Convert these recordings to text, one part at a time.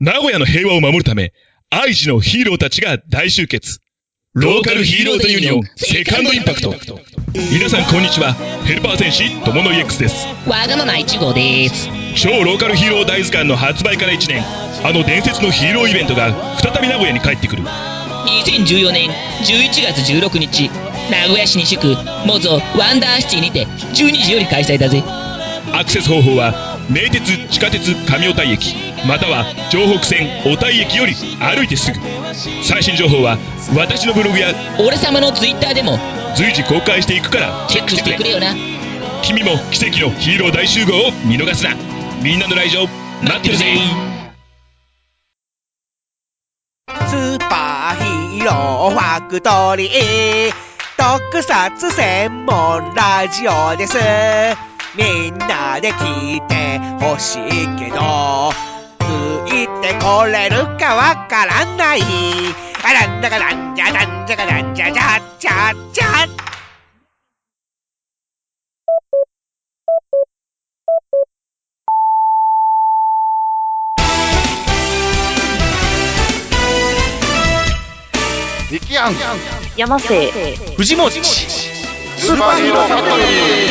名古屋の平和を守るため、愛知のヒーローたちが大集結。ローカルヒーローズユニオンセカンドインパクト。皆さんこんにちは。ヘルパー戦士友野 EX です。 わがまま1号です。 超ローカルヒーロー大図鑑の発売から1年、あの伝説のヒーローイベントが再び名古屋に帰ってくる。 2014年11月16日、名古屋市西区モゾワンダーシティにて12時より開催だぜ。 アクセス方法は名鉄地下鉄上小田井駅、または城北線小田井駅より歩いてすぐ。最新情報は私のブログや俺様のツイッターでも随時公開していくからチェックしてくれよな。 君も奇跡のヒーロー大集合を見逃すな。みんなの来場待ってるぜ。 スーパーヒーローファクトリー特撮専門ラジオです。みんなで聞いてほしいけどついてこれるかわからない。あらんだかなんじゃなんじゃかなんじゃじゃじゃじゃ。 ミキアン山瀬藤本スーパーヒーローファクトリー。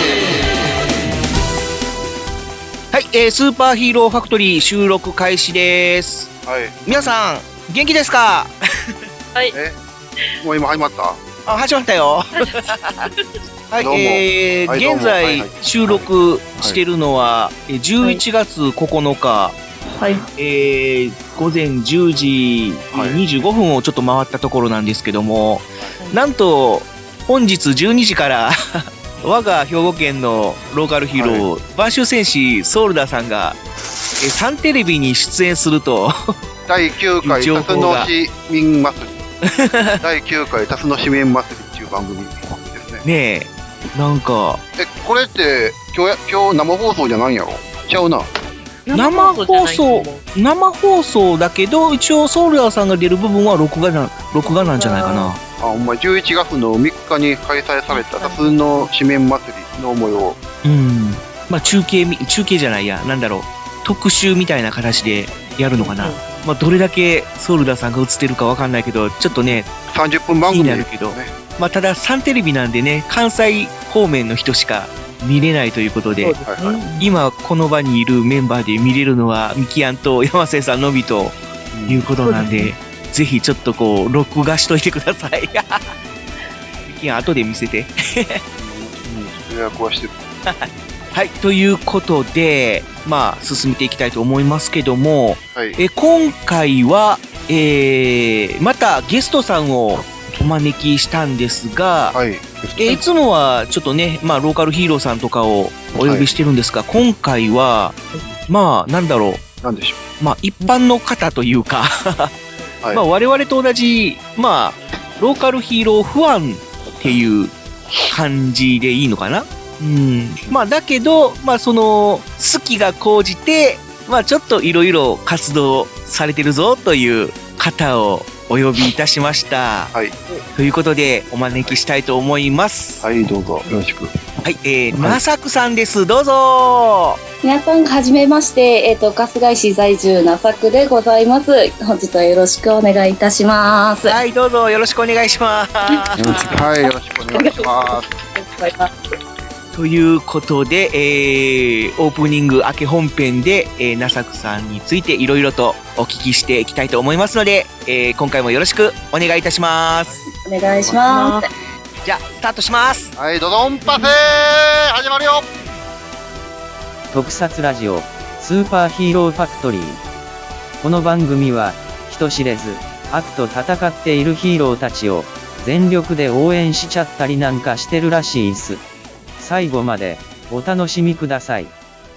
はい、スーパーヒーローファクトリー収録開始です。 はい。 皆さん元気ですか？ はいもう今始まった？ あ、始まったよ。はい、 どうもはいどうも現在、 はいはい収録してるのは、11月9日、 はい午前10時25分をちょっと回ったところなんですけども、なんと本日12時から我が兵庫県のローカルヒーロー、播州戦士ソールダーさんが、サンテレビに出演すると第9回情タス報がの市民祭り第9回タスの市民祭りっていう番組ですね。 ねえ、なんかこれって今日生放送じゃないんやろ？ちゃうな。 生放送だけど、一応ソールダーさんが出る部分は録画なんじゃないかな。 あ、お前11月の3日に開催されたタスの市民祭りの模様。 まあ中継じゃないや、なんだろう、特集みたいな形でやるのかな。まあどれだけソールダーさんが映ってるかわかんないけど、ちょっとね、 30分番気に組なるけど、 ね。 まあただサンテレビなんでね、関西方面の人しか見れないということで、 はいはい。 今この場にいるメンバーで見れるのはミキアンと山瀬さんのみということなんで、ぜひちょっとこう録画しといてください。ミキアン後で見せて。 予約はしてる。 はい、ということで、まあ進めていきたいと思いますけども、 はい。 今回は、またゲストさんをお招きしたんですが、 はい。 いつもはちょっとね、まあローカルヒーローさんとかをお呼びしてるんですが、今回は、まあなんだろなんでしょう、まあ一般の方というか、 う。はい。 まあ我々と同じ、まあローカルヒーローファンっていう感じでいいのかな。まあだけど、まあその好きが高じて、まあちょっといろいろ活動されてるぞという方をお呼びいたしました。 はい。 ということでお招きしたいと思います。 はい、どうぞよろしく。 はい、なさくさんです。どうぞ。 皆さんはじめまして、春日井市在住なさくでございます。本日はよろしくお願いいたします。 はい、どうぞよろしくお願いします。 はい、よろしくお願いします。 ということで、オープニング明け本編で、なさくさんについていろいろとお聞きしていきたいと思いますので、今回もよろしくお願いいたします。 お願いします。 じゃあスタートします。 はい、ドドンパセー始まるよ。 特撮ラジオスーパーヒーローファクトリー。この番組は人知れず悪と戦っているヒーローたちを全力で応援しちゃったりなんかしてるらしいっす。最後までお楽しみください。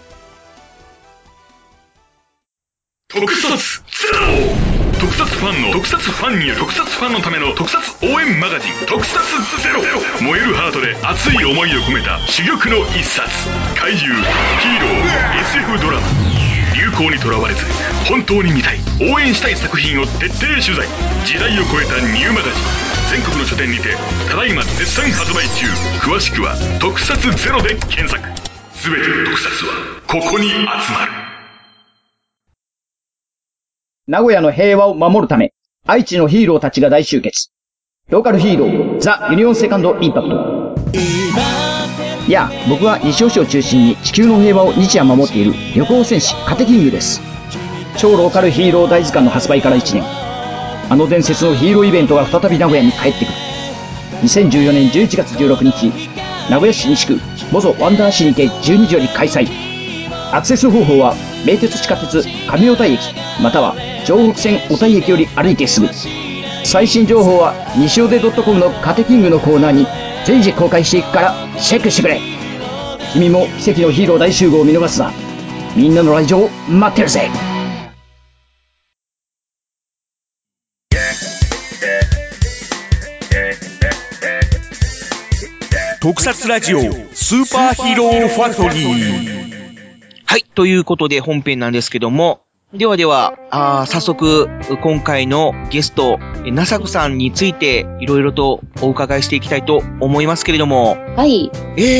特撮ゼロ。特撮ファンの特撮ファンによる特撮ファンのための特撮応援マガジン特撮ゼロ。燃えるハートで熱い思いを込めた珠玉の一冊。怪獣、ヒーロー、SF ドラマ、流行にとらわれず本当に見たい応援したい作品を徹底取材。時代を超えたニューマガジン、全国の書店にてただいま絶賛発売中。詳しくは特撮ゼロで検索。すべての特撮はここに集まる。 名古屋の平和を守るため、愛知のヒーローたちが大集結。ローカルヒーロー、ザ・ユニオンセカンドインパクト。僕は西尾市を中心に地球の平和を日夜守っている旅行戦士カテキングです。超ローカルヒーロー大図鑑の発売から1年。あの伝説のヒーローイベントが再び名古屋に帰ってくる。2014年11月16日、名古屋市西区モゾワンダー市にて12時より開催。アクセス方法は名鉄地下鉄上小田駅または城北線小田駅より歩いてすぐ。最新情報は西尾で .com のカテキングのコーナーに随時公開していくからチェックしてくれ。君も奇跡のヒーロー大集合を見逃すな。みんなの来場を待ってるぜ。 特撮ラジオスーパーヒーローファクトリー。 はい、ということで本編なんですけども、では早速今回のゲストなさくさんについていろいろとお伺いしていきたいと思いますけれども、 はい。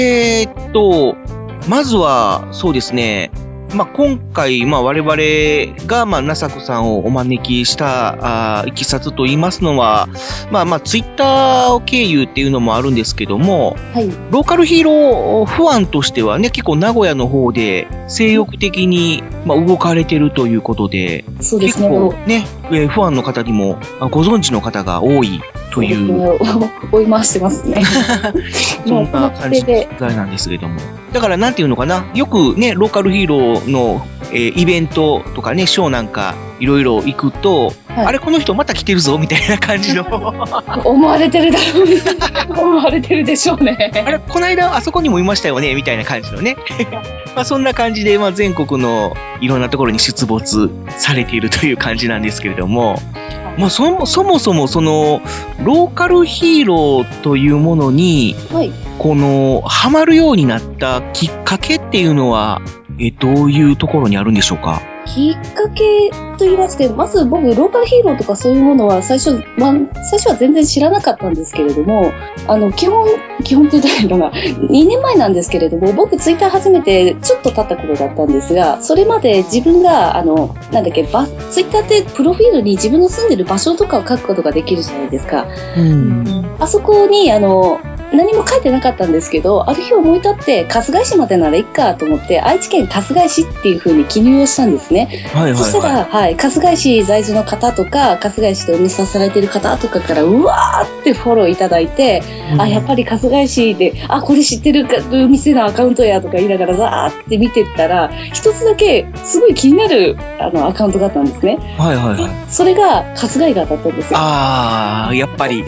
まずはそうですね、今回我々がなさくさんをお招きしたいきさつと言いますのは、ツイッターを経由っていうのもあるんですけども、 はい。 ローカルヒーローファンとしてはね、結構名古屋の方で精力的に動かれてるということで、 そうですね。 結構ね、ファンの方にもご存知の方が多いという。 追い回してますね。 そんな感じなんですけれども。だからなんていうのかな、よくね、ローカルヒーローの、イベントとかね、ショーなんかいろいろ行くと、はい、あれこの人また来てるぞみたいな感じの思われてるだろうね。思われてるでしょうね。 あれこの間あそこにもいましたよねみたいな感じのね。そんな感じで全国のいろんなところに出没されているという感じなんですけれども、そもそもそのローカルヒーローというものに、はい、ハマるようになったきっかけっていうのはどういうところにあるんでしょうか？ きっかけと言いますけど、まず僕ローカルヒーローとかそういうものは最初は全然知らなかったんですけれども、基本って言ったらいいのが2年前なんですけれども、僕ツイッター始めてちょっと経った頃だったんですが、それまで自分がツイッターってプロフィールに自分の住んでる場所とかを書くことができるじゃないですか。あそこに何も書いてなかったんですけど、ある日思い立って春日井市までならいっかと思って愛知県春日井市っていう風に記入をしたんですね。そしたら、春日井市在住の方とか春日井市でお店されてる方とかからうわーってフォローいただいて、やっぱり春日井市でこれ知ってる店のアカウントやとか言いながらザーって見てったら、一つだけすごい気になるアカウントがあったんですね。それが春日井川だったんですよ。 やっぱり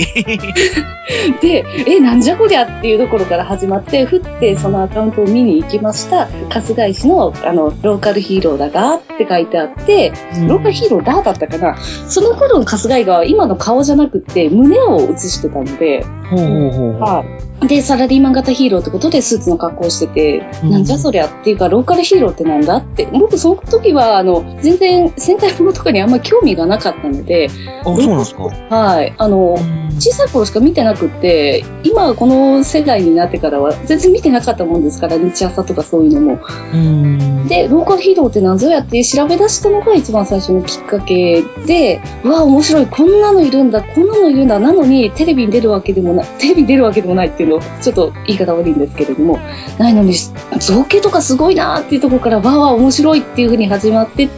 でなんじゃこりゃっていうところから始まって、振ってそのアカウントを見に行きました。春日井市のローカルヒーローだがって書いてあって、ローカルヒーローだったかな。その頃の春日井川は今の顔じゃなくて胸を映してたので、でサラリーマン型ヒーローってことでスーツの格好をしてて、なんじゃそりゃっていうかローカルヒーローってなんだって、僕その時は全然戦隊ものとかにあんまり興味がなかったので、 そうなんですか。 小さい頃しか見てなくって、今この世代になってからは全然見てなかったもんですから、日朝とかそういうのも。でローカルヒーローってなんぞやって調べ出したのが一番最初のきっかけで、面白い、こんなのいるんだなのにテレビに出るわけでもないっていうの、ちょっと言い方悪いんですけれども、ないのに造形とかすごいなっていうところから面白いっていう風に始まってって、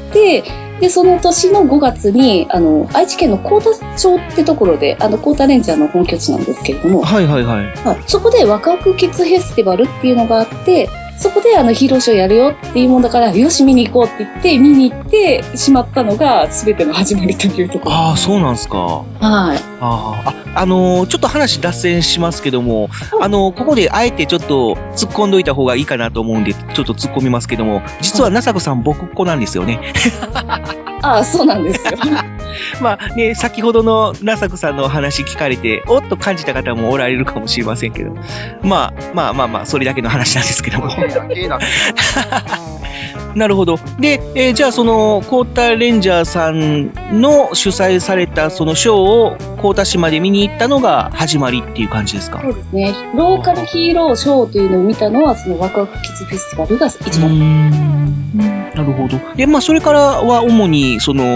でその年の5月に愛知県の幸田町ってところで幸田レンジャーの本拠地なんですけれども、そこでワクワクキッズフェスティバルっていうのがあって、そこでヒーローショーやるよっていうもんだから、よし見に行こうって言って見に行ってしまったのが全ての始まりというところ。 そうなんですか。ちょっと話脱線しますけども、ここであえてちょっと突っ込んどいた方がいいかなと思うんで、ちょっと突っ込みますけども、実はなさこさん僕っ子なんですよね。 そうなんですよ。 先ほどのなさこさんのお話聞かれて、おっと感じた方もおられるかもしれませんけど、それだけの話なんですけども。なるほど。で、じゃあその幸田レンジャーさんの主催されたそのショーを幸田市まで見に行ったのが始まりっていう感じですか？ そうですね。ローカルヒーローショーというのを見たのはそのワクワクキッズフェスティバルが一番。 なるほど。で、それからは主にその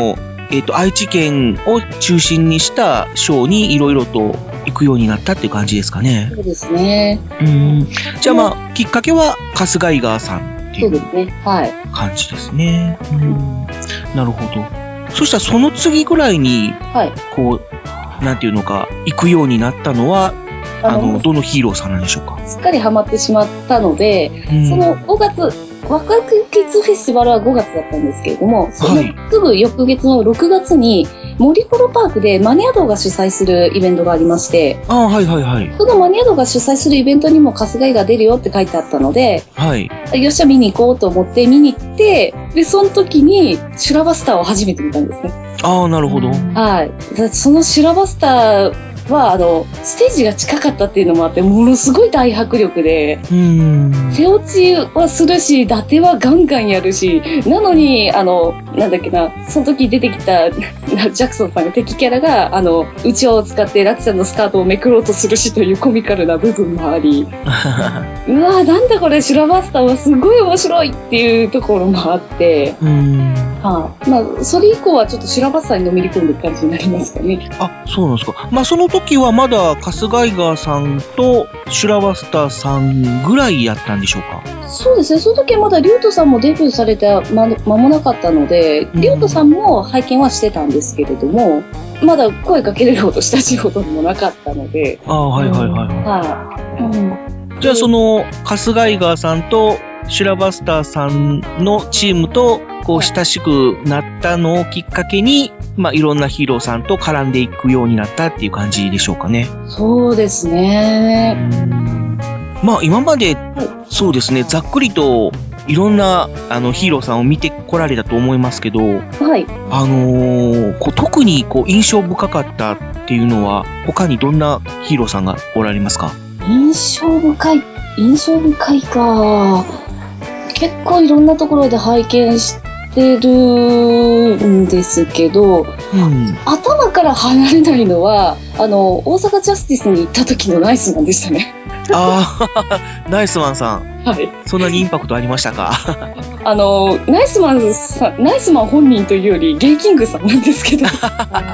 愛知県を中心にしたショーにいろいろと行くようになったっていう感じですかね。 そうですね。 じゃあまあ、きっかけは春日井川さんっていうそうですね。はい。 感じですね。なるほど。そしたらその次ぐらいに、 はい。 こう、なんていうのか、行くようになったのは、どのヒーローさんなんでしょうか。 すっかりハマってしまったので、その5月、若月フェスティバルは5月だったんですけれども、そのすぐ翌月の6月に、森コロパークでマニア道が主催するイベントがありまして、 はいはいはい。 そのマニア道が主催するイベントにも春日井が出るよって書いてあったので、 はい。 よっしゃ見に行こうと思って見に行って、で、その時にシュラバスターを初めて見たんですね。 なるほど。 はい。そのシュラバスターは、ステージが近かったっていうのもあって、ものすごい大迫力で、手落ちはするし、伊達はガンガンやるし、なのに、なんだっけな、その時出てきた、ジャクソンさんが敵キャラが、うちわを使ってラキさんのスカートをめくろうとするしというコミカルな部分もあり、うわぁ、なんだこれ、シュラバスターはすごい面白いっていうところもあって、まあ、それ以降はちょっとシュラバスターにのめり込んでる感じになりますかね。 そうなんですか。まあ、その時はまだ春日井川さんとシュラバスターさんぐらいやったんでしょうか。 そうですね。その時はまだリュウトさんもデビューされて間もなかったので、リュウトさんも拝見はしてたんですけれども、まだ声かけれるほど親しいほどでもなかったので。 はいはいはい。じゃあその春日井川さんとシュラバスターさんのチームとこう親しくなったのをきっかけに、まあいろんなヒーローさんと絡んでいくようになったっていう感じでしょうかね。 そうですね。 まあ今まで、そうですね、ざっくりといろんなヒーローさんを見てこられたと思いますけど、 はい。 特にこう印象深かったっていうのは他にどんなヒーローさんがおられますか？ 印象深いか。結構いろんなところで拝見してるんですけど、頭から離れないのは、大阪ジャスティスに行った時のナイスマンでしたね。 ナイスマンさん。 はい。 そんなにインパクトありましたか？ ナイスマン本人というより、ゲイキングさんなんですけど。圧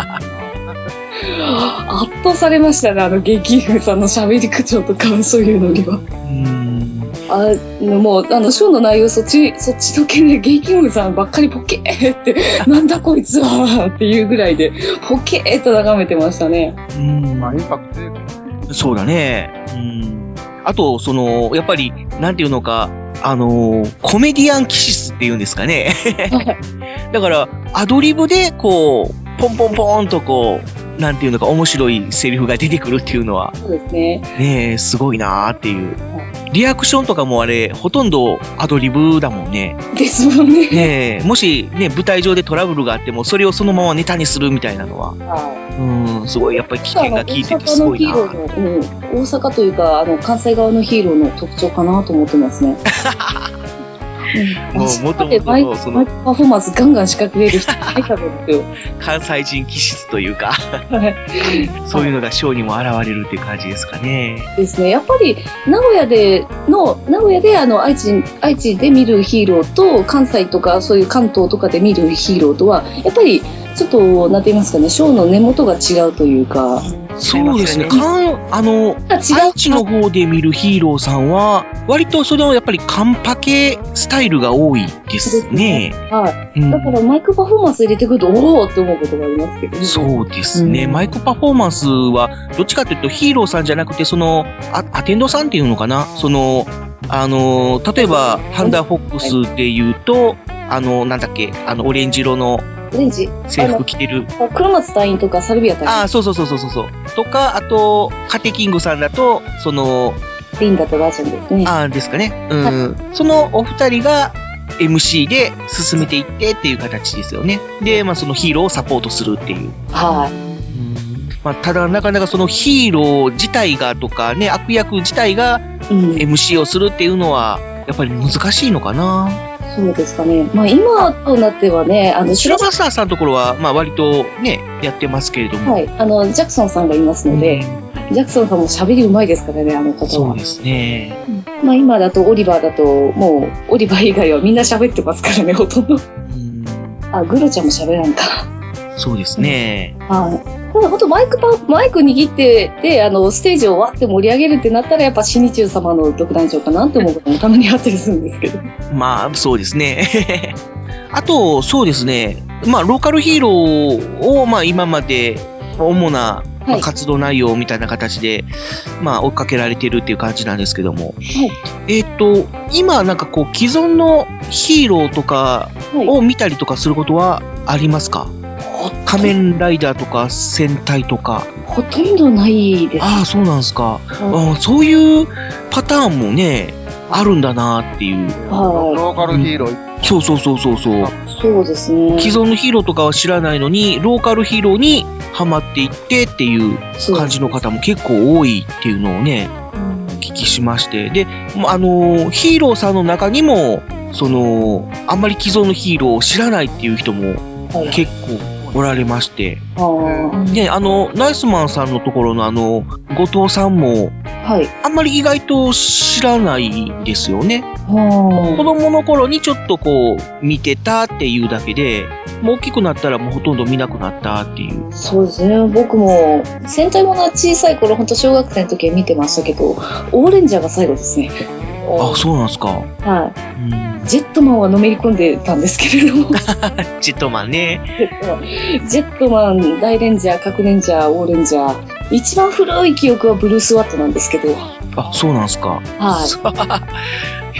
倒されましたね、ゲイキングさんの喋り口調とか、そういうのには。もう、ショーの内容そっちのけで、ゲイキングさんばっかりポケーって、なんだこいつはっていうぐらいで、ポケーっと眺めてましたね。 まあ、インパクトそうだね。あと、やっぱり、なんていうのか、コメディアン気質っていうんですかね。だから、アドリブで、こう、ポンポンポンとこう、なんていうのか、面白いセリフが出てくるっていうのは、 そうですね。 ねえ、すごいなーっていう。リアクションとかもあれ、ほとんどアドリブだもんね。 ですもんね。 ねえ、もしね、舞台上でトラブルがあっても、それをそのままネタにするみたいなのは、すごい、やっぱり危険が効いててすごいな。 大阪というか、関西側のヒーローの特徴かなと思ってますね。 もう、もともとマイクパフォーマンスガンガン仕掛けれる人いたんですよ。 関西人気質というか、そういうのがショーにも現れるっていう感じですかね。 ですね。やっぱり、名古屋で愛知で見るヒーローと、関西とか、そういう関東とかで見るヒーローとは、やっぱり、ちょっと、なんて言いますかね、ショーの根元が違うというか。 そうですね。愛知の方で見るヒーローさんは、割とやっぱりカンパケスタイルが多いですね。 はい。だからマイクパフォーマンス入れてくると、おーって思うことがありますけどね。 そうですね。マイクパフォーマンスは、どっちかというとヒーローさんじゃなくて、アテンドさんっていうのかな？例えば、ハンダーフォックスで言うと、なんだっけ、オレンジ色の、制服着てる。 黒松隊員とかサルビア隊員。 そう。とか、あと、カテキングさんだと、 リンダとラジャンですね。 ですかね。そのお二人が MC で進めていってっていう形ですよね。で、そのヒーローをサポートするっていう。 はい。 ただ、なかなかそのヒーロー自体がとかね、悪役自体が MC をするっていうのは、やっぱり難しいのかな。 そうですかね。今となってはね、 シュラバスターさんのところは、割とね、やってますけれども。 はい。ジャクソンさんがいますので、ジャクソンさんも喋りうまいですからね、方は。 そうですね。 今だとオリバーだと、もう、オリバー以外はみんな喋ってますからね、ほとんど。グロちゃんも喋らんか。 そうですね。 はい。ただ本当マイク握って、で、ステージをわって盛り上げるってなったら、やっぱ、死に中様の独壇場かなって思うこともたまにあったりするんですけど。 まあ、そうですね。あと、そうですね。まあ、ローカルヒーローを、まあ、今まで、主な、まあ、活動内容みたいな形で、まあ、追っかけられてるっていう感じなんですけども。今、なんかこう、既存のヒーローとかを見たりとかすることはありますか？仮面ライダーとか戦隊とか。 ほとんどないです。 ああ、そうなんですか。そういうパターンもね、あるんだなっていう。 ローカルヒーロー。 そう。 そうですね。 既存のヒーローとかは知らないのに、ローカルヒーローにハマっていってっていう感じの方も結構多いっていうのをね、お聞きしまして。で、ヒーローさんの中にも、あんまり既存のヒーローを知らないっていう人も結構おられまして。ね、ナイスマンさんのところの後藤さんも、あんまり意外と知らないんですよね。子供の頃にちょっとこう、見てたっていうだけで、もう大きくなったらもうほとんど見なくなったっていう。 そうですね。僕も、戦隊ものは小さい頃、ほんと小学生の時は見てましたけど、オーレンジャーが最後ですね。 あ、そうなんですか。 はい。ジェットマンはのめり込んでたんですけれども。 ジェットマンね。 ジェットマン、大レンジャー、核レンジャー、オーレンジャー。一番古い記憶はブルース・ワットなんですけど。 あ、そうなんですか。 はい。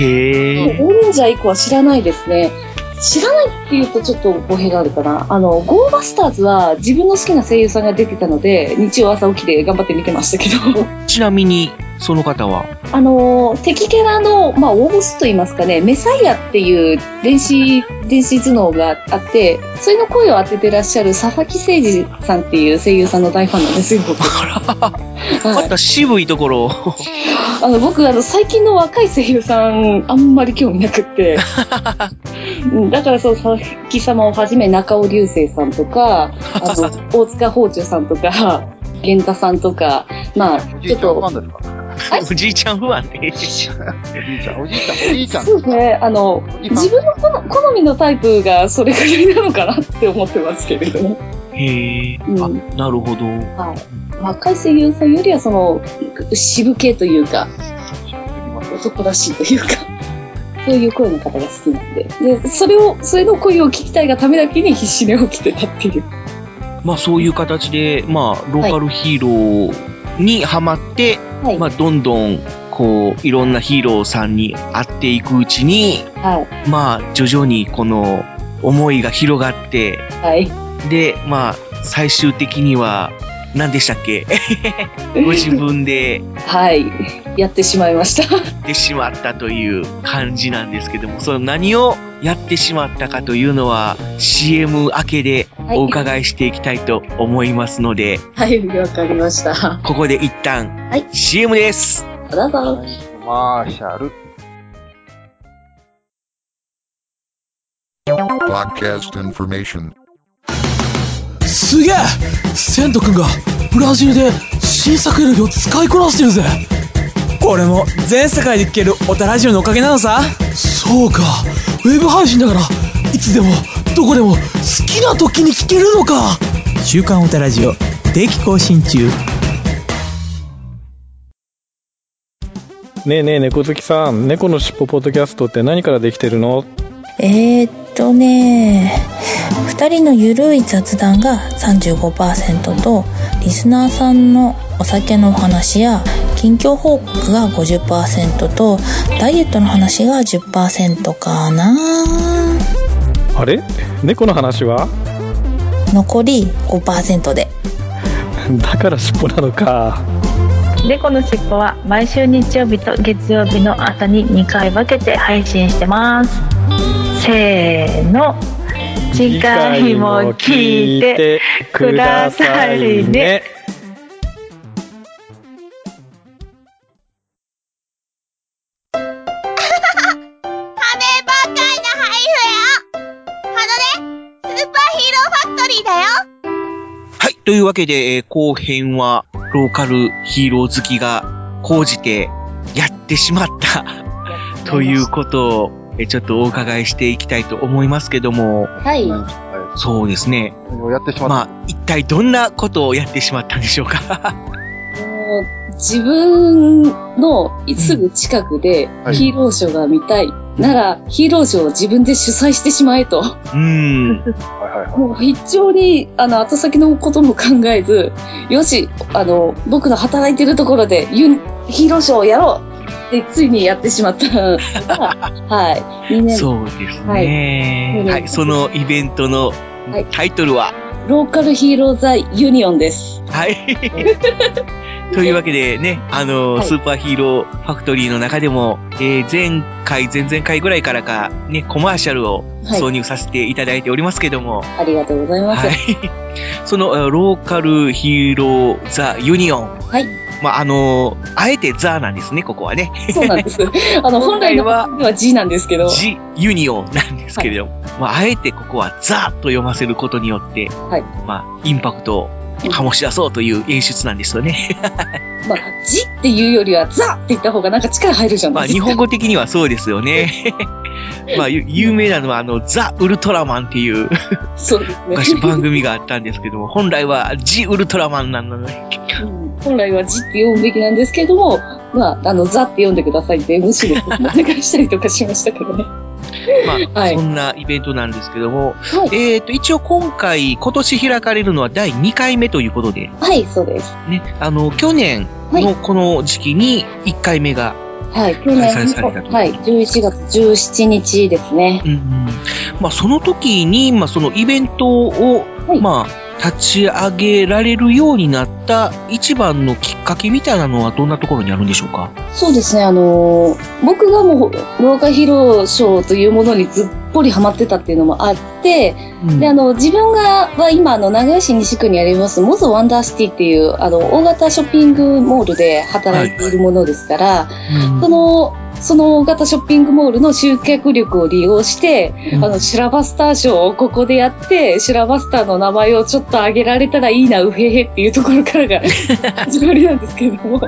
へー。 オーレンジャー以降は知らないですね。知らないって言うとちょっと語弊があるかな。ゴーバスターズは自分の好きな声優さんが出てたので、日曜朝起きで頑張って見てましたけど。 ちなみに、その方は敵キャラの、まあ、大ボスと言いますかね、メサイアっていう電子頭脳があって、それの声を当ててらっしゃる佐々木誠二さんっていう声優さんの大ファンなんですよ、僕。 また渋いところ。 僕、最近の若い声優さん、あんまり興味なくって。だからそう、佐々木様をはじめ中尾隆聖さんとか、大塚芳忠さんとか、源太さんとか、まあ、ちょっと。 おじいちゃんファンね。 おじいちゃん。 そうですね。自分の好みのタイプがそれぐらいなのかなって思ってますけれども。 へー。あ、なるほど。 はい。若い声優さんよりは渋系というか、男らしいというか、そういう声の方が好きなんで。で、それの声を聞きたいがためだけに必死で起きてたっていう。 まあそういう形で、まあ、ローカルヒーローにハマって、まあ、どんどん、こう、いろんなヒーローさんに会っていくうちに、まあ、徐々にこの思いが広がって、で、まあ、最終的には、何でしたっけご自分で。 やってしまいました。 やってしまったという感じなんですけども、その何をやってしまったかというのは CM 明けでお伺いしていきたいと思いますので。 はい、わかりました。 ここで一旦 CM です。 どうぞ。 マーシャル。 Podcast information。 すげえ！セント君がブラジルで新作エルフを使いこなしてるぜ。 これも全世界で聴けるオタラジオのおかげなのさ。 そうか、ウェブ配信だからいつでもどこでも好きな時に聴けるのか。 週刊オタラジオ定期更新中。 ねえねえ猫好きさん、猫のしっぽポッドキャストって何からできてるの 2人のゆるい雑談が 35% とリスナーさんのお酒のお話や近況報告が 50% とダイエットの話が 10% かな。 あれ？猫の話は残り 5% で。 だからしっぽなのか。 猫のしっぽは毎週日曜日と月曜日の朝に2回分けて配信してます。せーの、次回も聞いてくださいね。 というわけで、後編はローカルヒーロー好きが高じてやってしまったということをちょっとお伺いしていきたいと思いますけども、 そうですね。 やってしまった。 まあ、一体どんなことをやってしまったんでしょうか。 もう自分のすぐ近くでヒーローショーが見たい。なら、ヒーローショーを自分で主催してしまえと。もう非常に、後先のことも考えず、よし、僕の働いてるところでヒーローショーをやろうで、ついにやってしまったのが、はい、2年。 そうですね。はい、そのイベントのタイトルは、 ローカルヒーローザユニオンです。 はい。というわけでね、スーパーヒーローファクトリーの中でも、前回、前々回ぐらいからか、ね、コマーシャルを挿入させていただいておりますけども。 ありがとうございます。はい。 その、ローカルヒーローザユニオン。 はい。 まあ、あえてザなんですね、ここはね。 そうなんです。本来は G なんですけど。 G ユニオンなんですけれども。まあ、あえてここはザと読ませることによって、まあ、インパクトを醸し出そうという演出なんですよね。 まあ、G っていうよりはザって言った方がなんか力入るじゃないですか。 まあ、日本語的にはそうですよね。まあ、有名なのはザ・ウルトラマンっていうそうですね、 昔番組があったんですけども、本来はジ・ウルトラマンなので、 本来はジって読むべきなんですけども、まあ、ザって読んでくださいって MC でお願いしたりとかしましたけどね。 まあ、そんなイベントなんですけども、一応今年開かれるのは第2回目ということで。 はい、そうです。 ね、去年のこの時期に1回目が、 去年、11月17日ですね。 まあ、その時に、まあ、そのイベントを、まあ、立ち上げられるようになった一番のきっかけみたいなのはどんなところにあるんでしょうか？ そうですね、僕がもう、ローカルヒーローショーというものにずっぽりハマってたっていうのもあって、で、自分は今、名古屋市西区にあります、モゾワンダーシティっていう、大型ショッピングモールで働いているものですから、その大型ショッピングモールの集客力を利用して、シュラバスターショーをここでやって、シュラバスターの名前をちょっと挙げられたらいいな、うへへっていうところからが始まりなんですけれども。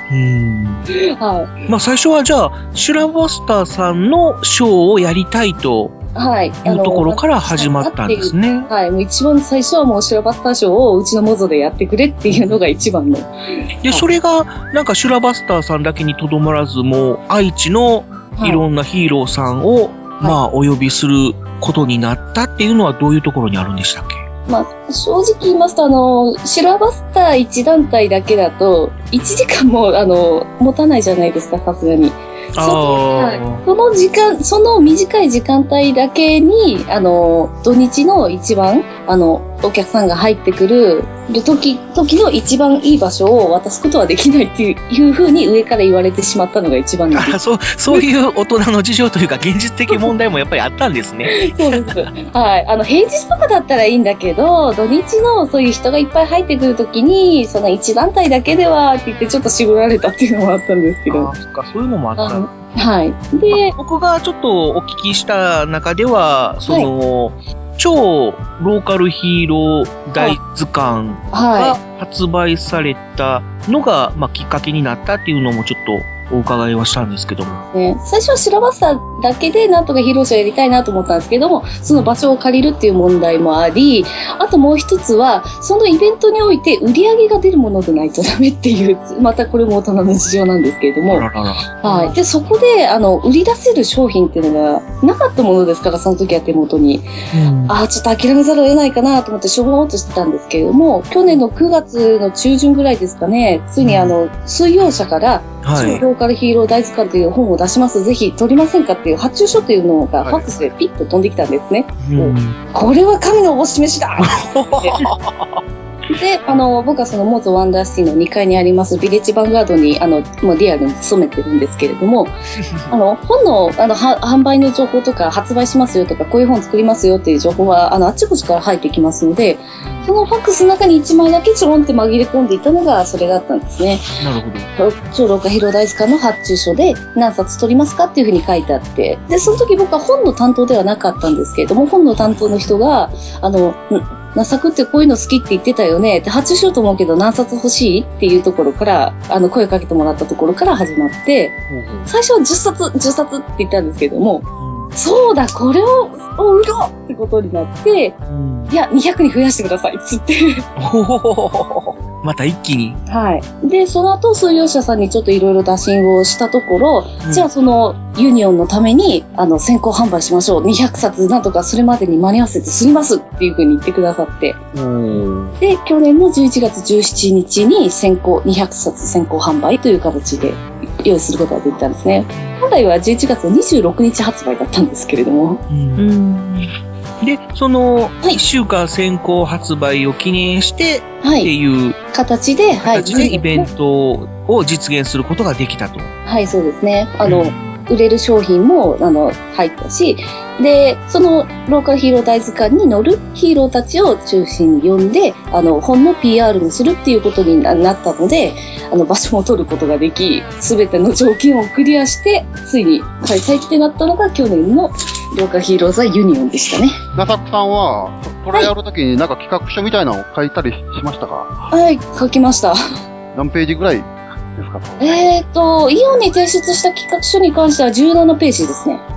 まあ最初はじゃあ、シュラバスターさんのショーをやりたいと。いうところから始まったんですね。 はい。もう一番最初はもうシュラバスターショーをうちのモゾでやってくれっていうのが一番の。 で、それがなんかシュラバスターさんだけにとどまらず、もう愛知のいろんなヒーローさんを、まあお呼びすることになったっていうのはどういうところにあるんでしたっけ？ まあ、正直言いますと、シュラバスター1団体だけだと、1時間も、持たないじゃないですか、さすがに。その時間、その短い時間帯だけに、土日の一番、お客さんが入ってくる時の一番いい場所を渡すことはできないっていう風に上から言われてしまったのが一番なんです。 そういう大人の事情というか現実的問題もやっぱりあったんですね。 そうです。はい。平日とかだったらいいんだけど、土日のそういう人がいっぱい入ってくるときに、その一団体だけではって言ってちょっと絞られたっていうのもあったんですけど。 そっか、そういうのもあった。 はい。で、 僕がちょっとお聞きした中では、超ローカルヒーロー大図鑑が発売されたのが、まあ、きっかけになったっていうのもちょっとお伺いはしたんですけども。 最初はシュラバスターだけでなんとかヒーローショーやりたいなと思ったんですけども、その場所を借りるっていう問題もあり、あともう一つは、そのイベントにおいて売り上げが出るものでないとダメっていう、またこれも大人の事情なんですけれども、はい。で、そこで、売り出せる商品っていうのがなかったものですから、その時は手元に。ちょっと諦めざるを得ないかなと思ってしょぼーっとしてたんですけれども、去年の9月の中旬ぐらいですかね、ついに水曜社から、ローカルヒーロー大図鑑という本を出します。ぜひ取りませんかっていう発注書というのがファックスでピッと飛んできたんですね。これは神のお示しだで、僕はそのモーズワンダーシティの2階にありますビレッジヴァンガードに、もうリアルに勤めてるんですけれども、本の、販売の情報とか発売しますよとか、こういう本作りますよっていう情報は、あっちこちから入ってきますので、そのファックスの中に1枚だけちょろんって紛れ込んでいたのがそれだったんですね。 なるほど。 超ローカルヒーロー大図鑑の発注書で何冊取りますかっていうふうに書いてあって、で、その時僕は本の担当ではなかったんですけれども、本の担当の人が、ナサクってこういうの好きって言ってたよねって発注しようと思うけど何冊欲しいっていうところから、声かけてもらったところから始まって、最初は10冊って言ったんですけども、 そうだ、これを売ろうってことになって、いや、200に増やしてください、つって。 また一気に。 はい。で、その後、創業者さんにちょっといろいろ打診をしたところ、じゃあそのユニオンのために、先行販売しましょう。200冊なんとかそれまでに間に合わせて済みますっていう風に言ってくださって。で、去年の11月17日に200冊先行販売という形で用意することができたんですね。本来は11月26日発売だったんですけれども。 で、その、1週間先行発売を記念して、っていう形で、 イベントを実現することができたと。 はい、そうですね。売れる商品も、入ったし、で、そのローカルヒーロー大図鑑に乗るヒーローたちを中心に呼んで、本の PR もするっていうことになったので、場所も取ることができ、すべての条件をクリアして、ついに開催ってなったのが去年のローカルヒーローザユニオンでしたね。 なさくさんは、これやるときになんか企画書みたいなのを書いたりしましたか？ はい、書きました。 何ページぐらいですか？ イオンに提出した企画書に関しては17ページですね。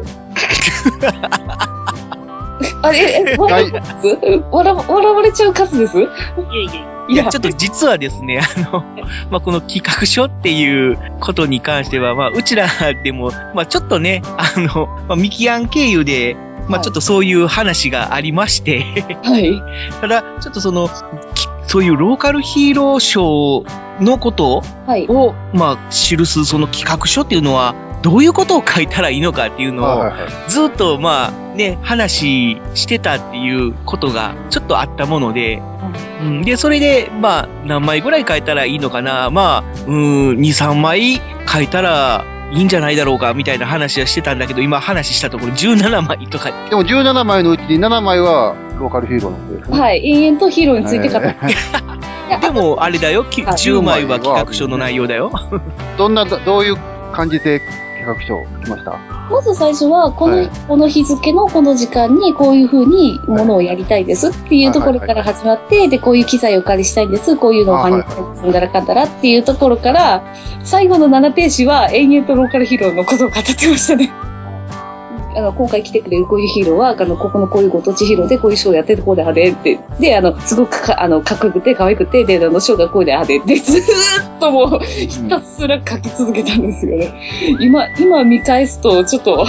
あれ、笑われちゃう数です？ いや、ちょっと実はですね、この企画書っていうことに関しては、うちらでも、ちょっとね、ミキアン経由で、ちょっとそういう話がありまして、 はい。 ただ、ちょっとそういうローカルヒーローショーのことを、記すその企画書っていうのは、どういうことを書いたらいいのかっていうのを、ずっと話してたっていうことがちょっとあったもので、で、それで、何枚ぐらい書いたらいいのかな、2、3枚書いたらいいんじゃないだろうか、みたいな話はしてたんだけど、今話したところ17枚とか。 でも17枚のうちに7枚はローカルヒーローのことですね。 はい、延々とヒーローについて語って。 でも、あれだよ、10枚は企画書の内容だよ。 どういう感じで企画書来ました？ まず最初は、この日付のこの時間にこういう風にものをやりたいですっていうところから始まって、で、こういう機材をお借りしたいんです、こういうのを搬入するんだらかんだらっていうところから、最後の7ページは延々とローカルヒーローのことを語ってましたね。今回来てくれるこういうヒーローは、ここのこういうご当地ヒーローでこういうショーやっててこうで派手って。で、すごくかっこよくて可愛くて、で、ショーがこうで派手で、ずーっともう、ひたすら書き続けたんですよね。今見返すと、ちょっと、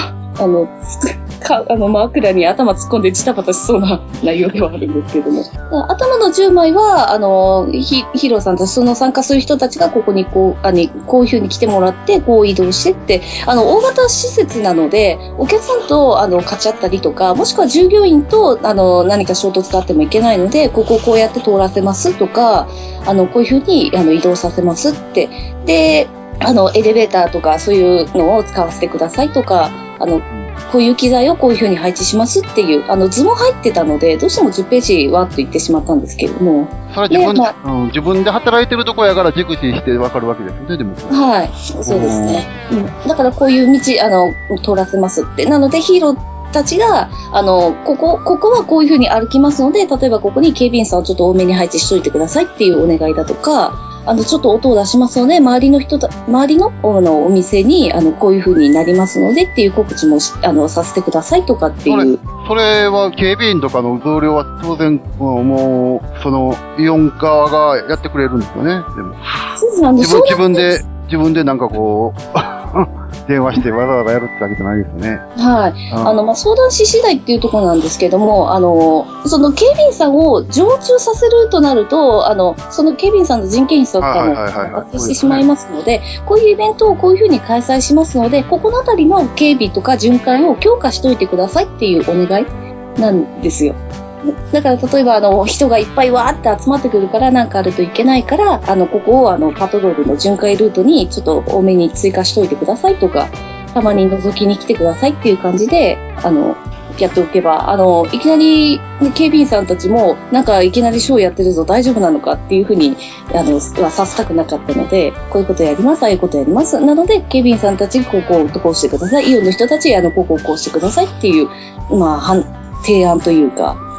枕に頭突っ込んでジタバタしそうな内容ではあるんですけども。頭の10枚は、ヒーローさんたち、その参加する人たちがここにこういう風に来てもらって、こう移動してって、大型施設なので、お客さんと、勝ち合ったりとか、もしくは従業員と、何か衝突があってもいけないので、ここをこうやって通らせますとか、こういう風に、移動させますって。で、エレベーターとかそういうのを使わせてくださいとか、こういう機材をこういう風に配置しますっていう、図も入ってたので、どうしても10ページはっと言ってしまったんですけれども。 それは自分で働いてるとこやから熟知してわかるわけですよね、でも。 はい、そうですね。だからこういう道、通らせますって。なのでヒーローたちが、ここはこういう風に歩きますので、例えばここに警備員さんをちょっと多めに配置しといてくださいっていうお願いだとか、ちょっと音を出しますので、周りのお店に、こういう風になりますのでっていう告知もさせてくださいとかっていう。 それは警備員とかの同僚は当然、もう、その、イオン側がやってくれるんですよね、でも。 そうなんです。 自分でなんかこう、電話してわざわざやるってわけじゃないですよね。 はい。相談し次第っていうところなんですけども、その警備員さんを常駐させるとなると、その警備員さんの人件費とかも発生してしまいますので、こういうイベントをこういうふうに開催しますので、ここのあたりの警備とか巡回を強化しておいてくださいっていうお願いなんですよ。だから例えば人がいっぱいわーって集まってくるからなんかあるといけないから、ここをパトロールの巡回ルートにちょっと多めに追加しといてくださいとか、たまに覗きに来てくださいっていう感じで、やっておけば、いきなり警備員さんたちもなんかいきなりショーやってるぞ大丈夫なのかっていうふうにはさせたくなかったので、こういうことやります、ああいうことやります。なので警備員さんたちこうしてください。イオンの人たちこうしてくださいっていう、提案というか、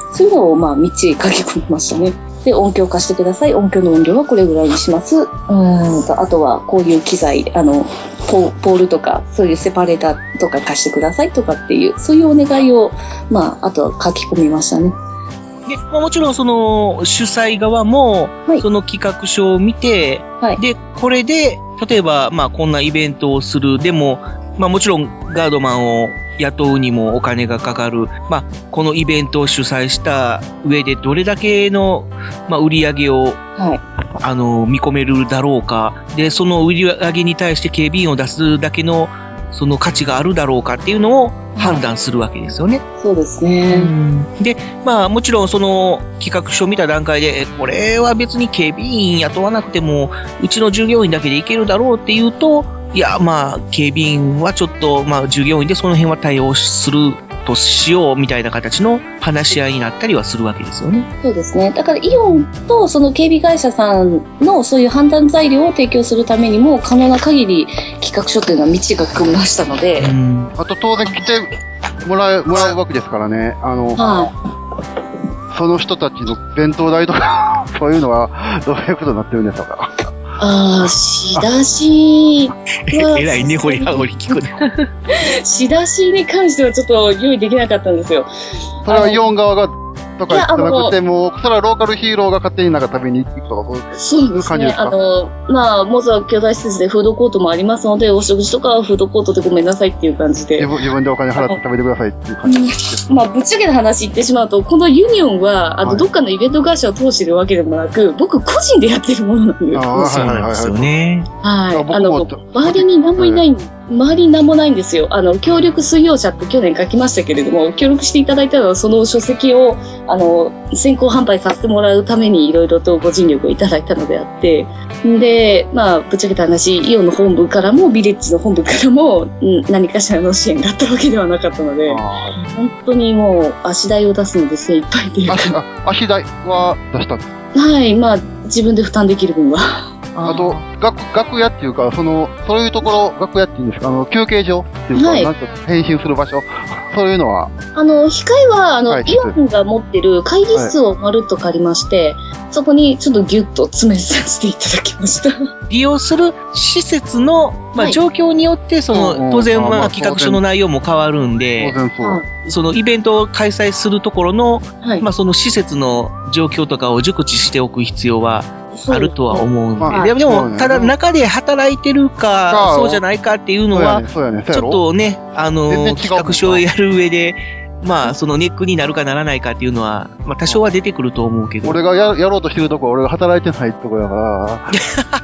そういうのをまあみっちり書き込みましたね。で、音響貸してください。音響の音量はこれぐらいにします。あとはこういう機材、ポールとか、そういうセパレーターとか貸してくださいとかっていう、そういうお願いを、まあ、あとは書き込みましたね。 で、まあ、もちろんその主催側も、その企画書を見て、で、これで、例えば、まあ、こんなイベントをする。でも、まあ、もちろんガードマンを雇うにもお金がかかる。まあ、このイベントを主催した上でどれだけの、まあ、売り上げを、見込めるだろうか。で、その売り上げに対して警備員を出すだけの、その価値があるだろうかっていうのを判断するわけですよね。 そうですね。 で、まあもちろんその企画書を見た段階で、これは別に警備員雇わなくても、うちの従業員だけでいけるだろうっていうと、いや、まあ警備員はちょっと、まあ従業員でその辺は対応するとしようみたいな形の話し合いになったりはするわけですよね。 そうですね。だからイオンとその警備会社さんのそういう判断材料を提供するためにも可能な限り企画書というのは道が組みましたので。 あと当然来てもらうわけですからね。その人たちの弁当代とかそういうのはどういうことになってるんでしょうか。 仕出しえらい根掘り葉掘り聞くね。 仕出しに関してはちょっと用意できなかったんですよ。 それはイオン側がとかじゃなくても、それはローカルヒーローが勝手になんか食べに行くとかそういう感じですか？まあ、モザ巨大施設でフードコートもありますので、お食事とかはフードコートでごめんなさいっていう感じで。 自分でお金払って食べてくださいっていう感じです。 まあ、ぶっちゃけな話言ってしまうと、このユニオンは、どっかのイベント会社を通してるわけでもなく、僕個人でやってるものなんですよ。 そうなんですよね。 はい。周りに何もいない周りに何もないんですよ。協力水曜社って去年書きましたけれども、協力していただいたのはその書籍を、先行販売させてもらうためにいろいろとご尽力をいただいたのであって、で、まあ、ぶっちゃけた話、イオンの本部からも、ビレッジの本部からも、何かしらの支援があったわけではなかったので、本当にもう、足代を出すので精一杯というか。 足代は出したんですか？ はい、まあ、自分で負担できる分は。 あと、楽屋っていうか、そういうところ、楽屋っていうんですか、休憩所っていうか、なんか変身する場所、そういうのは控えは、イオンが持ってる会議室をまるっと借りまして、そこにちょっとギュッと詰めさせていただきました。 利用する施設の、まあ、状況によって、当然、まあ、企画書の内容も変わるんで、そのイベントを開催するところの、まあ、その施設の状況とかを熟知しておく必要はあるとは思うんで、でも、ただ中で働いてるか、そうじゃないかっていうのは、ちょっとね、企画書をやる上で、まあ、そのネックになるかならないかっていうのは、まあ、多少は出てくると思うけど。 俺がやろうとしてるところ、俺が働いてないところだから、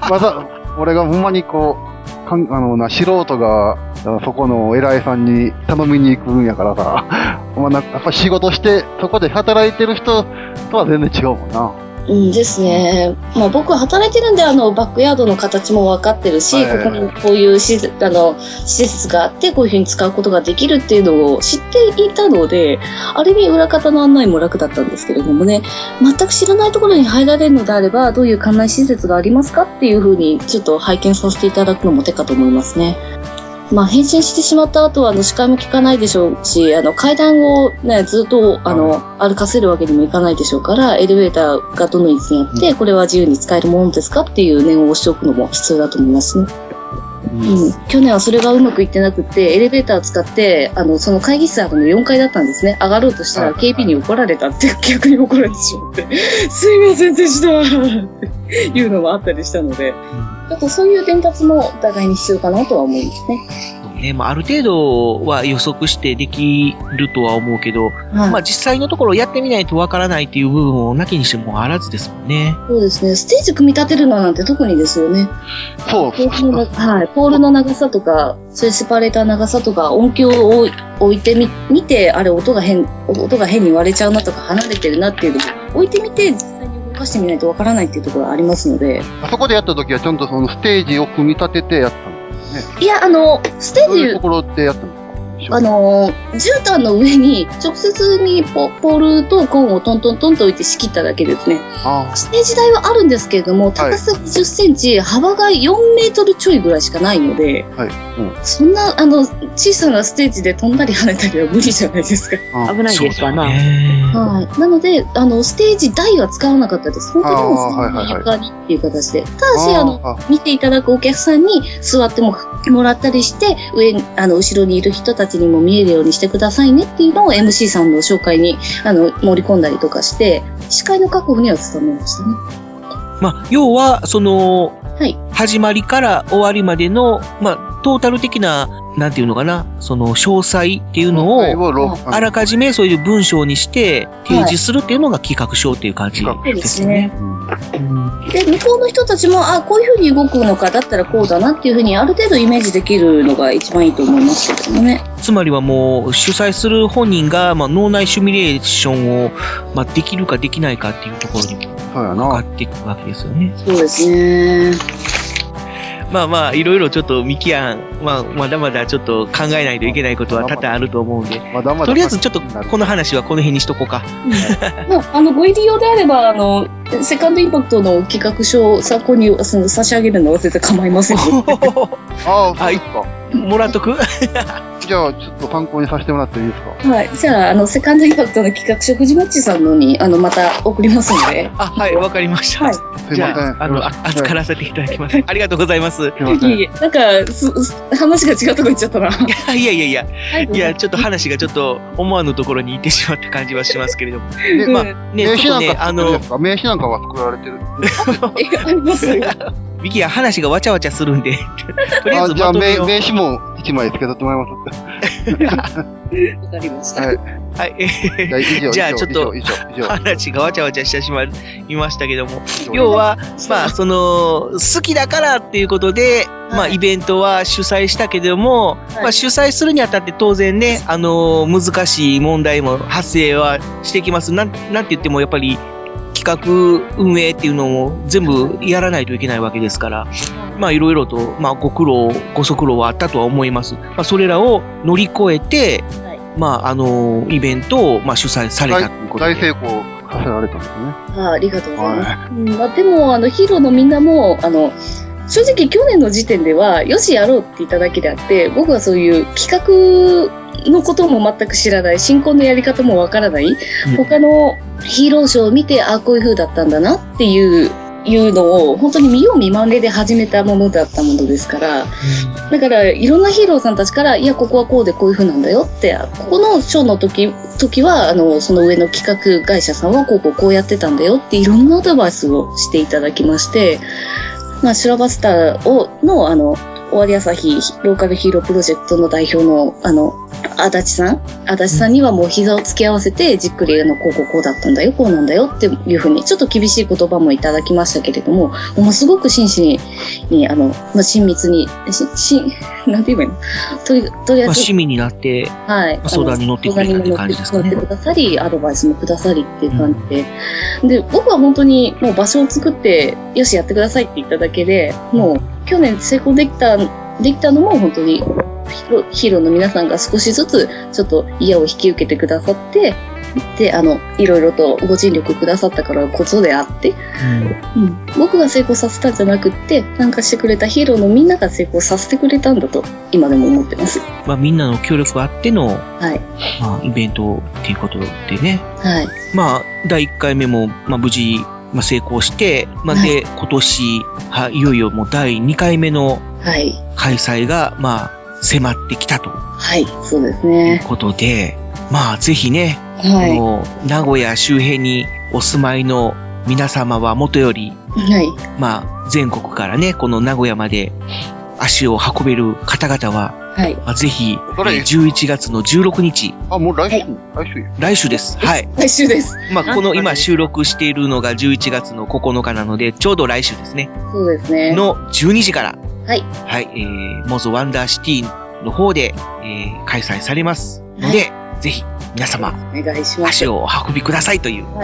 また、俺がほんまにこう、素人が、そこの偉いさんに頼みに行くんやからさ、まあ、やっぱ仕事して、そこで働いてる人とは全然違うもんな。 ですね。まあ僕は働いてるんで、バックヤードの形も分かってるし、ここにこういう施設があって、こういうふうに使うことができるっていうのを知っていたので、ある意味裏方の案内も楽だったんですけれどもね、全く知らないところに入られるのであれば、どういう館内施設がありますかっていうふうに、ちょっと拝見させていただくのも手かと思いますね。まあ、変身してしまった後は、視界も効かないでしょうし、階段をね、ずっと、歩かせるわけにもいかないでしょうから、エレベーターがどの位置にあって、これは自由に使えるものですかっていう念を押しておくのも必要だと思いますね。去年はそれがうまくいってなくって、エレベーターを使って、その会議室の4階だったんですね。上がろうとしたら、警備に怒られたって、逆に怒られてしまって、すいませんでしたっていうのもあったりしたので、ちょっとそういう伝達もお互いに必要かなとは思いますね。 まあ、ある程度は予測してできるとは思うけど、まあ実際のところやってみないとわからないっていう部分をなきにしてもあらずですもんね。 そうですね。ステージ組み立てるのなんて特にですよね。 そう。 ポールの長さとか、そういうセパレーター長さとか、音響を置いてみて、あれ音が変に割れちゃうなとか離れてるなっていうのを置いてみて、実際に動かしてみないとわからないっていうところがありますので。 あそこでやった時はちゃんとそのステージを組み立ててやったの。 いや、ステージ、 そういうところでやったんですか？ 絨毯の上に直接にポールとコーンをトントントンと置いて仕切っただけですね。ステージ台はあるんですけれども、高さ20センチ、幅が4メートルちょいぐらいしかないので、そんな、小さなステージで飛んだり跳ねたりは無理じゃないですか。 危ないですわな。 はい。なので、ステージ台は使わなかったです。本当にもう床にっていう形で。ただし、見ていただくお客さんに座ってもらったりして、後ろにいる人たちにも見えるようにしてくださいねっていうのを MC さんの紹介に、盛り込んだりとかして、司会の確保には努めましたね。 要は、始まりから終わりまでの、トータル的な、なんていうのかな、詳細っていうのを、あらかじめそういう文章にして提示するっていうのが企画書っていう感じですよね。 で、向こうの人たちも、こういうふうに動くのか、だったらこうだなっていうふうに、ある程度イメージできるのが一番いいと思いますけどもね。 つまりはもう、主催する本人が、脳内シミュレーションを、できるかできないかっていうところにかかっていくわけですよね。 そうですね。 いろいろちょっとミキアン、まだまだちょっと考えないといけないことは多々あると思うんで、とりあえずちょっとこの話はこの辺にしとこうか。 ご入り用であれば、セカンドインパクトの企画書を参考に差し上げるのは全然構いません。 そうですか。 もらっとくじゃあ、ちょっと参考にさせてもらっていいですか？ はい。じゃあ、セカンドインパクトの企画書、藤本さんのに、また送りますので。 はい、わかりました。じゃあ、預からせていただきます。ありがとうございます。 いえ、なんか、話が違うとこ行っちゃったな。 いや、ちょっと話がちょっと思わぬところに行ってしまった感じはしますけれども。 名刺なんかは作られてる？ ありますよ。 ミキヤ、話がわちゃわちゃするんで。とりあえずじゃあ、名刺も1枚つけとってもらいます。 わかりました。 はい。じゃあ、ちょっと、話がわちゃわちゃしてしまいましたけども。要は、好きだからっていうことで、イベントは主催したけども、主催するにあたって当然ね、難しい問題も発生はしてきます。なんて言っても、やっぱり、企画運営っていうのを全部やらないといけないわけですから、いろいろと、ご足労はあったとは思います。それらを乗り越えて、イベントを、主催されたということで。 大成功させられたんですね。 ありがとうございます。でも、ヒーローのみんなも、正直去年の時点では、よしやろうって言っただけであって、僕はそういう企画のことも全く知らない、進行のやり方もわからない、他のヒーローショーを見て、こういう風だったんだなっていうのを、本当に見よう見まねで始めたものだったものですから、だから、いろんなヒーローさんたちから、いや、ここはこうでこういう風なんだよって、ここのショーの時は、その上の企画会社さんはこうやってたんだよって、いろんなアドバイスをしていただきまして、修羅場スターの、終わり朝日ローカルヒーロープロジェクトの代表の、足立さんにはもう膝を突き合わせて、じっくりこうだったんだよ、こうなんだよっていうふうに、ちょっと厳しい言葉もいただきましたけれども、ものすごく真摯に、親密に、なんて言えばいいの？とりあえず。 市民になって、相談に乗ってくれたって感じですかね。 乗ってくださり、アドバイスもくださりっていう感じで。で、僕は本当にもう場所を作って、よし、やってくださいって言っただけで、もう、去年成功できたのも本当にヒーローの皆さんが少しずつちょっと矢を引き受けてくださって、で、いろいろとご尽力くださったからこそであって、僕が成功させたんじゃなくって、参加してくれたヒーローのみんなが成功させてくれたんだと、今でも思ってます。 みんなの協力あっての、イベントっていうことでね。第1回目も、無事、成功して、で、今年、いよいよもう第2回目の開催が、迫ってきたと。 そうですね。 いうことで、ぜひね、名古屋周辺にお住まいの皆様はもとより、全国からね、この名古屋まで足を運べる方々は、ぜひ、11月の16日。 もう来週です。 来週です。 この今収録しているのが11月の9日なので、ちょうど来週ですね。 そうですね。 の12時から、モゾワンダーシティの方で、開催されますので、ぜひ皆様、足をお運びくださいという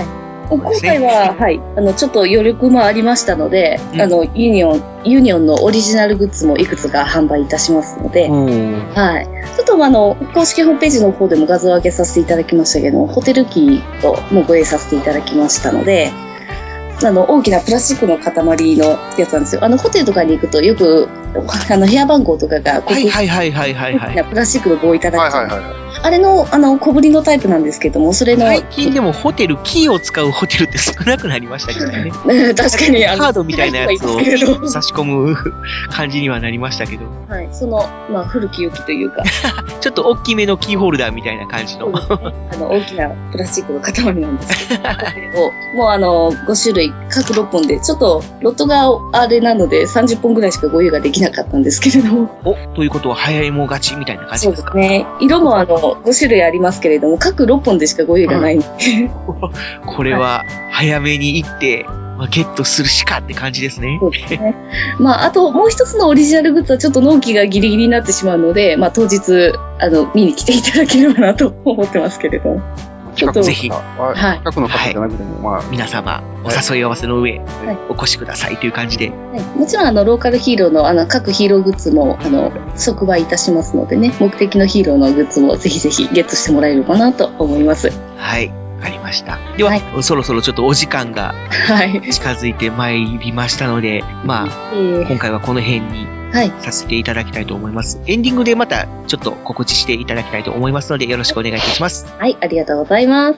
今回は、はい、ちょっと余力もありましたので、ユニオンのオリジナルグッズもいくつか販売いたしますので、はい。ちょっと公式ホームページの方でも画像を上げさせていただきましたけど、ホテルキーともご用意させていただきましたので、大きなプラスチックの塊のやつなんですよ。ホテルとかに行くとよく、部屋番号とかが、大きなプラスチックの棒をいただく。あれの、小ぶりのタイプなんですけども、それの。 最近でもホテル、キーを使うホテルって少なくなりましたけどね。 確かに。 カードみたいなやつを差し込む感じにはなりましたけど。 はい。古き良きというか。 ちょっと大きめのキーホルダーみたいな感じの。 大きなプラスチックの塊なんですけど。もう5種類、各6本で、ちょっと、ロットがあれなので30本ぐらいしかご用意ができなかったんですけれども。 ということは早いも勝ちみたいな感じですか？ そうですね。色も5種類ありますけれども、各6本でしかご用意がないので。 これは、早めに行って、ゲットするしかって感じですね。 そうですね。あともう一つのオリジナルグッズはちょっと納期がギリギリになってしまうので、当日、見に来ていただければなと思ってますけれども。 ぜひ、 近くの方じゃなくても、 皆様、お誘い合わせの上、お越しくださいという感じで。 もちろん、ローカルヒーローの、各ヒーローグッズも、即売いたしますのでね、目的のヒーローのグッズもぜひぜひゲットしてもらえればなと思います。 はい。ありました。では、そろそろちょっとお時間が近づいてまいりましたので、今回はこの辺にさせていただきたいと思います。エンディングでまたちょっと告知していただきたいと思いますので、よろしくお願いいたします。 はい、ありがとうございます。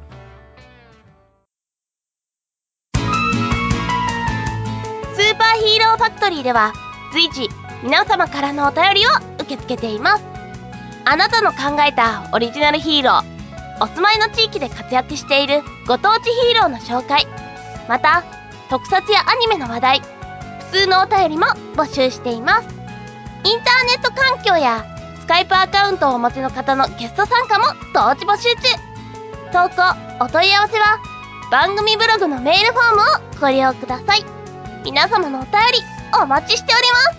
スーパーヒーローファクトリーでは随時皆様からのお便りを受け付けています。あなたの考えたオリジナルヒーロー、お住まいの地域で活躍しているご当地ヒーローの紹介、また特撮やアニメの話題、普通のお便りも募集しています。インターネット環境やスカイプアカウントをお持ちの方のゲスト参加も同時募集中。投稿お問い合わせは番組ブログのメールフォームをご利用ください。皆様のお便りお待ちしております。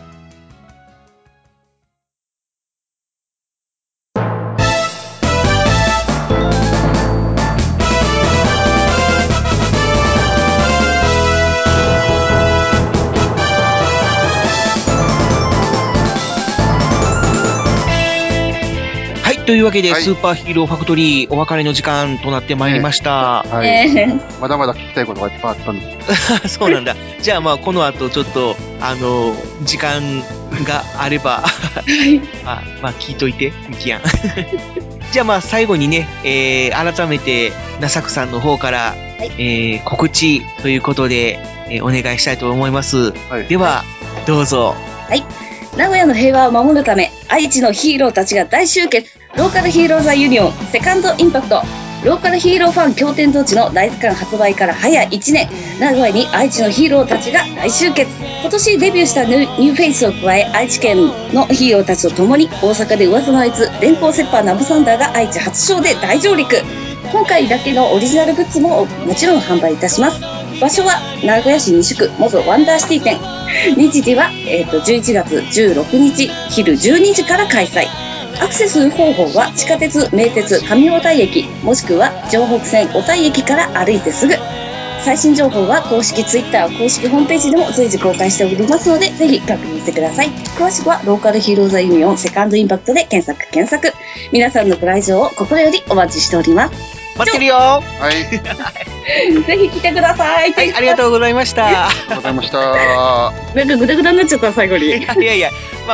というわけで、スーパーヒーローファクトリーお別れの時間となってまいりました。 まだまだ聞きたいことがいっぱいあったんです。 そうなんだ。じゃあこの後ちょっと、時間があれば、聞いといて、ミキヤン。じゃあ最後にね、改めて、なさくさんの方から、告知ということで、お願いしたいと思います。では、どうぞ。 はい。名古屋の平和を守るため、愛知のヒーローたちが大集結。ローカルヒーローザユニオンセカンドインパクト。ローカルヒーローファン経典統治の大図鑑発売から早1年。名古屋に愛知のヒーローたちが大集結。今年デビューしたニューフェイスを加え、愛知県のヒーローたちと共に大阪で噂のあいつ、電光石火ナブサンダーが愛知初ショーで大上陸。今回だけのオリジナルグッズももちろん販売いたします。場所は名古屋市西区元ワンダーシティ店。日時は、11月16日昼12時から開催。アクセス方法は地下鉄、名鉄、上小田駅、もしくは城北線小田駅から歩いてすぐ。最新情報は公式ツイッター、公式ホームページでも随時公開しておりますので、ぜひ確認してください。詳しくはローカルヒーローザユニオンセカンドインパクトで検索。皆さんのご来場を心よりお待ちしております。 待ってるよ。 ぜひ来てください。 ありがとうございました。 ありがとうございました。 なんかグダグダになっちゃった最後に。 いや、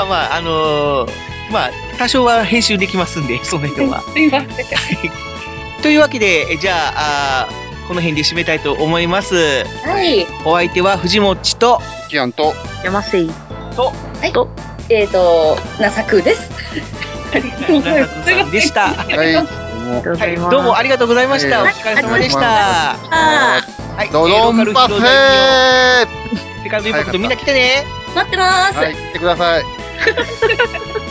多少は編集できますんで、その辺は。 すいません。 というわけで、じゃあ、この辺で締めたいと思います。 はい。 お相手は藤もっちと、 キアンと、 山瀬井と、 なさくです。 なさくさんでした。どうもありがとうございました。お疲れ様でした。 ドドンパフェセカンドインパクトみんな来てね。 待ってます。 来てください。